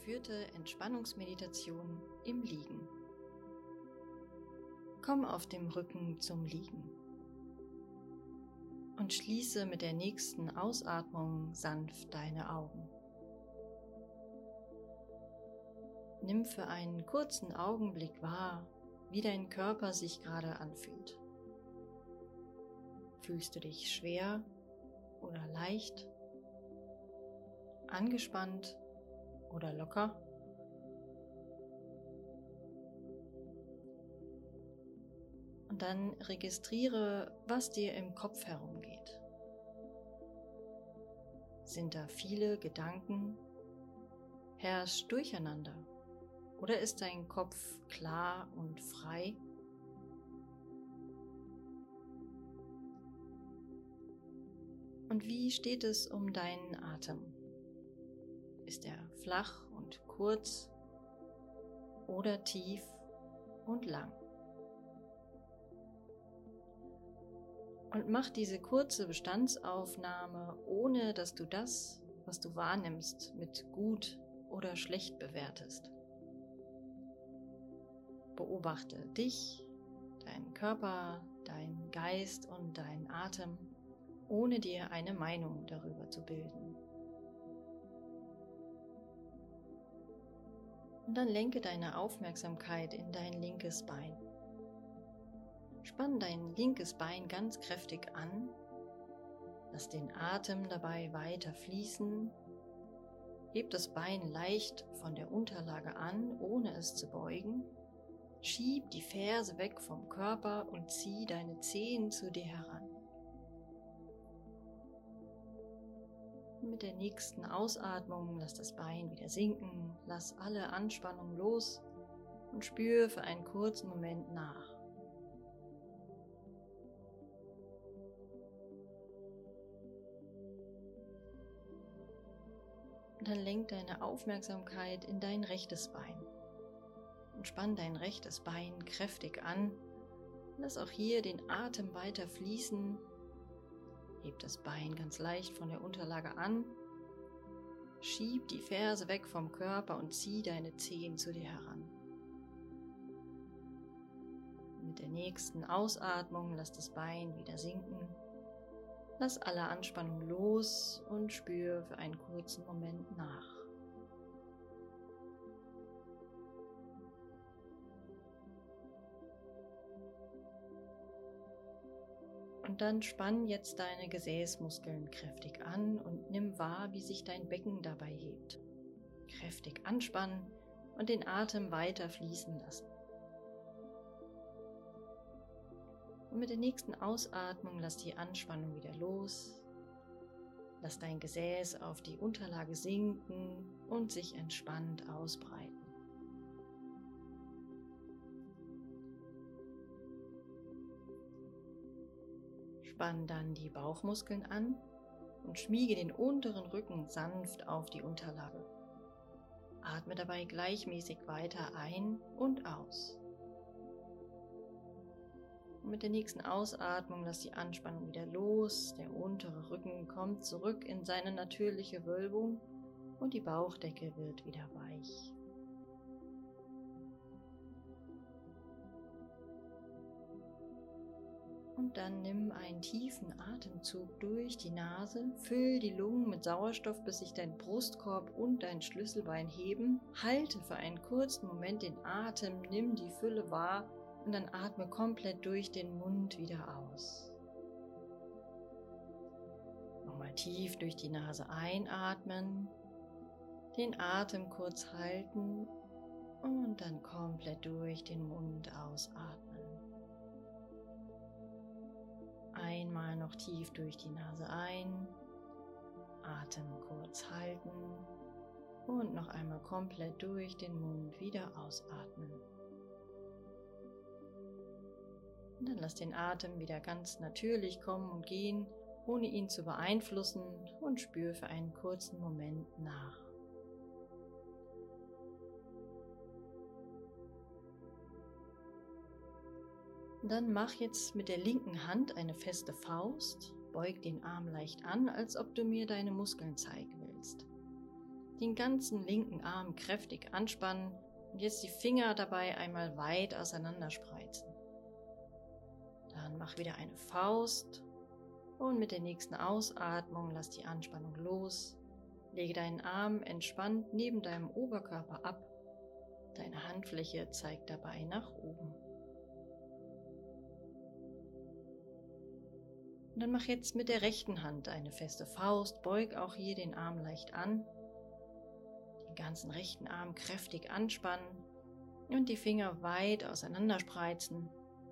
geführte Entspannungsmeditation im Liegen. Komm auf dem Rücken zum Liegen und schließe mit der nächsten Ausatmung sanft deine Augen. Nimm für einen kurzen Augenblick wahr, wie dein Körper sich gerade anfühlt. Fühlst du dich schwer oder leicht? Angespannt oder locker? Und dann registriere, was dir im Kopf herumgeht. Sind da viele Gedanken? Herrscht Durcheinander? Oder ist dein Kopf klar und frei? Und wie steht es um deinen Atem? Ist er flach und kurz oder tief und lang? Und mach diese kurze Bestandsaufnahme, ohne dass du das, was du wahrnimmst, mit gut oder schlecht bewertest. Beobachte dich, deinen Körper, deinen Geist und deinen Atem, ohne dir eine Meinung darüber zu bilden. Und dann lenke deine Aufmerksamkeit in dein linkes Bein. Spann dein linkes Bein ganz kräftig an, lass den Atem dabei weiter fließen, heb das Bein leicht von der Unterlage an, ohne es zu beugen, schieb die Ferse weg vom Körper und zieh deine Zehen zu dir heran. Mit der nächsten Ausatmung lass das Bein wieder sinken, lass alle Anspannung los und spür für einen kurzen Moment nach. Und dann lenk deine Aufmerksamkeit in dein rechtes Bein und spann dein rechtes Bein kräftig an. Lass auch hier den Atem weiter fließen. Heb das Bein ganz leicht von der Unterlage an, schieb die Ferse weg vom Körper und zieh deine Zehen zu dir heran. Mit der nächsten Ausatmung lass das Bein wieder sinken, lass alle Anspannung los und spür für einen kurzen Moment nach. Und dann spann jetzt deine Gesäßmuskeln kräftig an und nimm wahr, wie sich dein Becken dabei hebt. Kräftig anspannen und den Atem weiter fließen lassen. Und mit der nächsten Ausatmung lass die Anspannung wieder los. Lass dein Gesäß auf die Unterlage sinken und sich entspannt ausbreiten. Spann dann die Bauchmuskeln an und schmiege den unteren Rücken sanft auf die Unterlage. Atme dabei gleichmäßig weiter ein und aus. Und mit der nächsten Ausatmung lass die Anspannung wieder los, der untere Rücken kommt zurück in seine natürliche Wölbung und die Bauchdecke wird wieder weich. Und dann nimm einen tiefen Atemzug durch die Nase, füll die Lungen mit Sauerstoff, bis sich dein Brustkorb und dein Schlüsselbein heben. Halte für einen kurzen Moment den Atem, nimm die Fülle wahr und dann atme komplett durch den Mund wieder aus. Nochmal tief durch die Nase einatmen, den Atem kurz halten und dann komplett durch den Mund ausatmen. Einmal noch tief durch die Nase ein, Atem kurz halten und noch einmal komplett durch den Mund wieder ausatmen. Und dann lass den Atem wieder ganz natürlich kommen und gehen, ohne ihn zu beeinflussen, und spür für einen kurzen Moment nach. Dann mach jetzt mit der linken Hand eine feste Faust, beug den Arm leicht an, als ob du mir deine Muskeln zeigen willst. Den ganzen linken Arm kräftig anspannen und jetzt die Finger dabei einmal weit auseinander spreizen. Dann mach wieder eine Faust und mit der nächsten Ausatmung lass die Anspannung los. Lege deinen Arm entspannt neben deinem Oberkörper ab. Deine Handfläche zeigt dabei nach oben. Und dann mach jetzt mit der rechten Hand eine feste Faust, beug auch hier den Arm leicht an. Den ganzen rechten Arm kräftig anspannen und die Finger weit auseinander spreizen.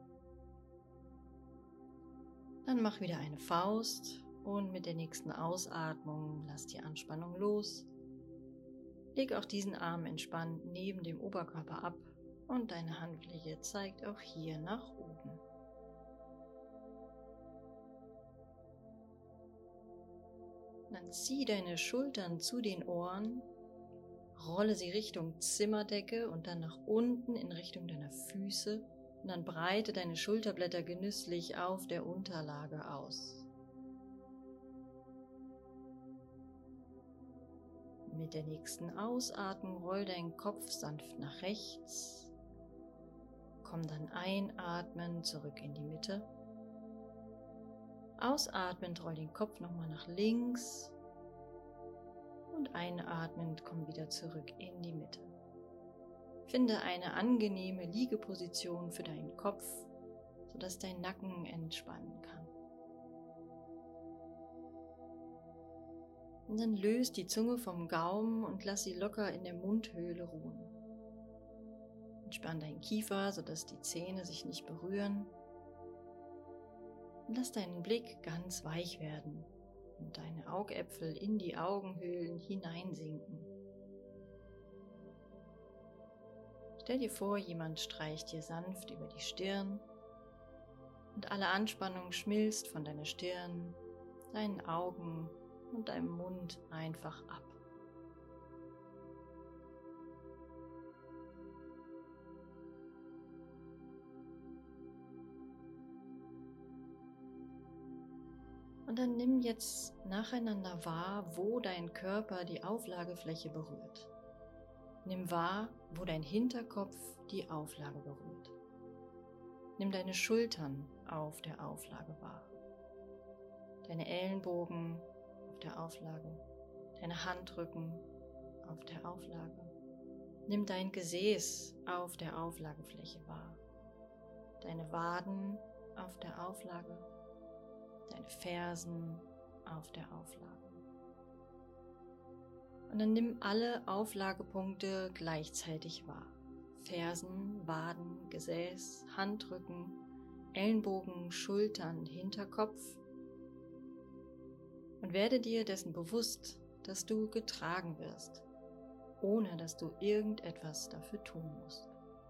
Dann mach wieder eine Faust und mit der nächsten Ausatmung lass die Anspannung los. Leg auch diesen Arm entspannt neben dem Oberkörper ab und deine Handfläche zeigt auch hier nach oben. Dann zieh deine Schultern zu den Ohren, rolle sie Richtung Zimmerdecke und dann nach unten in Richtung deiner Füße und dann breite deine Schulterblätter genüsslich auf der Unterlage aus. Mit der nächsten Ausatmung roll deinen Kopf sanft nach rechts, komm dann einatmen zurück in die Mitte. Ausatmend roll den Kopf nochmal nach links und einatmend komm wieder zurück in die Mitte. Finde eine angenehme Liegeposition für deinen Kopf, sodass dein Nacken entspannen kann. Und dann löst die Zunge vom Gaumen und lass sie locker in der Mundhöhle ruhen. Entspann deinen Kiefer, sodass die Zähne sich nicht berühren. Und lass deinen Blick ganz weich werden und deine Augäpfel in die Augenhöhlen hineinsinken. Stell dir vor, jemand streicht dir sanft über die Stirn und alle Anspannung schmilzt von deiner Stirn, deinen Augen und deinem Mund einfach ab. Und dann nimm jetzt nacheinander wahr, wo dein Körper die Auflagefläche berührt. Nimm wahr, wo dein Hinterkopf die Auflage berührt. Nimm deine Schultern auf der Auflage wahr. Deine Ellenbogen auf der Auflage. Deine Handrücken auf der Auflage. Nimm dein Gesäß auf der Auflagefläche wahr. Deine Waden auf der Auflage. Deine Fersen auf der Auflage. Und dann nimm alle Auflagepunkte gleichzeitig wahr. Fersen, Waden, Gesäß, Handrücken, Ellenbogen, Schultern, Hinterkopf. Und werde dir dessen bewusst, dass du getragen wirst, ohne dass du irgendetwas dafür tun musst.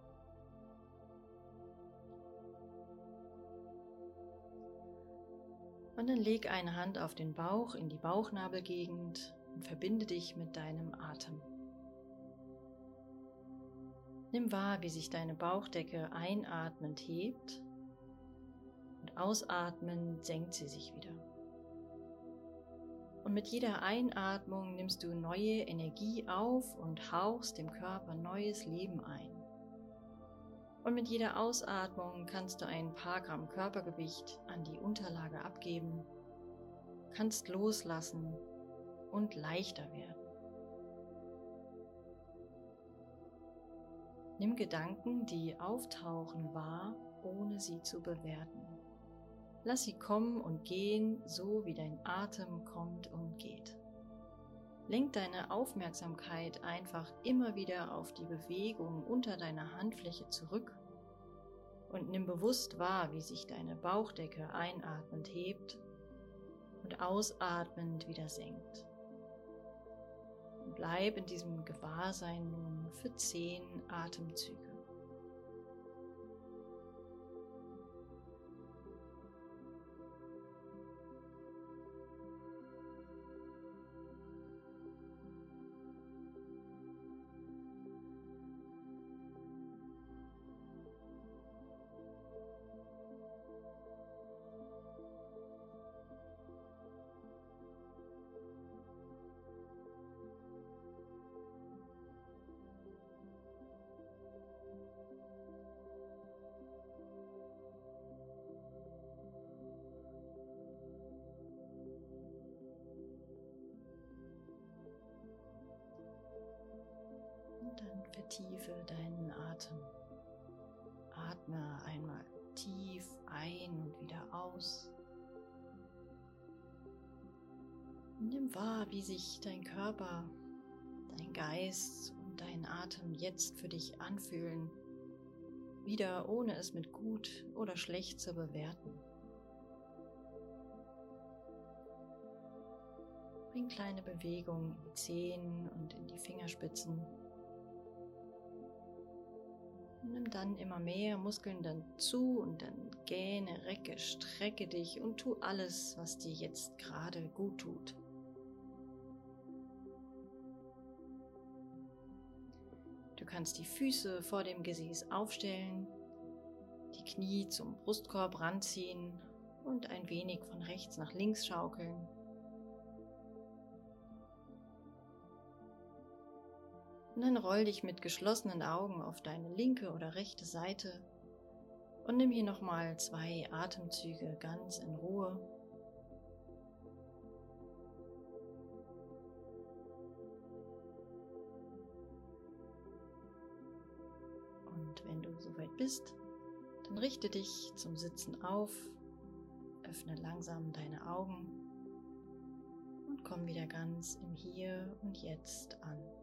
Und dann leg eine Hand auf den Bauch in die Bauchnabelgegend und verbinde dich mit deinem Atem. Nimm wahr, wie sich deine Bauchdecke einatmend hebt und ausatmend senkt sie sich wieder. Und mit jeder Einatmung nimmst du neue Energie auf und hauchst dem Körper neues Leben ein. Und mit jeder Ausatmung kannst du ein paar Gramm Körpergewicht an die Unterlage abgeben, kannst loslassen und leichter werden. Nimm Gedanken, die auftauchen, wahr, ohne sie zu bewerten. Lass sie kommen und gehen, so wie dein Atem kommt und geht. Lenk deine Aufmerksamkeit einfach immer wieder auf die Bewegung unter deiner Handfläche zurück und nimm bewusst wahr, wie sich deine Bauchdecke einatmend hebt und ausatmend wieder senkt. Und bleib in diesem Gewahrsein nun für 10 Atemzüge. Tiefe deinen Atem. Atme einmal tief ein und wieder aus. Nimm wahr, wie sich dein Körper, dein Geist und dein Atem jetzt für dich anfühlen, wieder ohne es mit gut oder schlecht zu bewerten. Bring kleine Bewegungen in die Zehen und in die Fingerspitzen. Und nimm dann immer mehr Muskeln dazu und dann gähne, recke, strecke dich und tu alles, was dir jetzt gerade gut tut. Du kannst die Füße vor dem Gesäß aufstellen, die Knie zum Brustkorb ranziehen und ein wenig von rechts nach links schaukeln. Und dann roll dich mit geschlossenen Augen auf deine linke oder rechte Seite und nimm hier nochmal 2 Atemzüge ganz in Ruhe. Und wenn du soweit bist, dann richte dich zum Sitzen auf, öffne langsam deine Augen und komm wieder ganz im Hier und Jetzt an.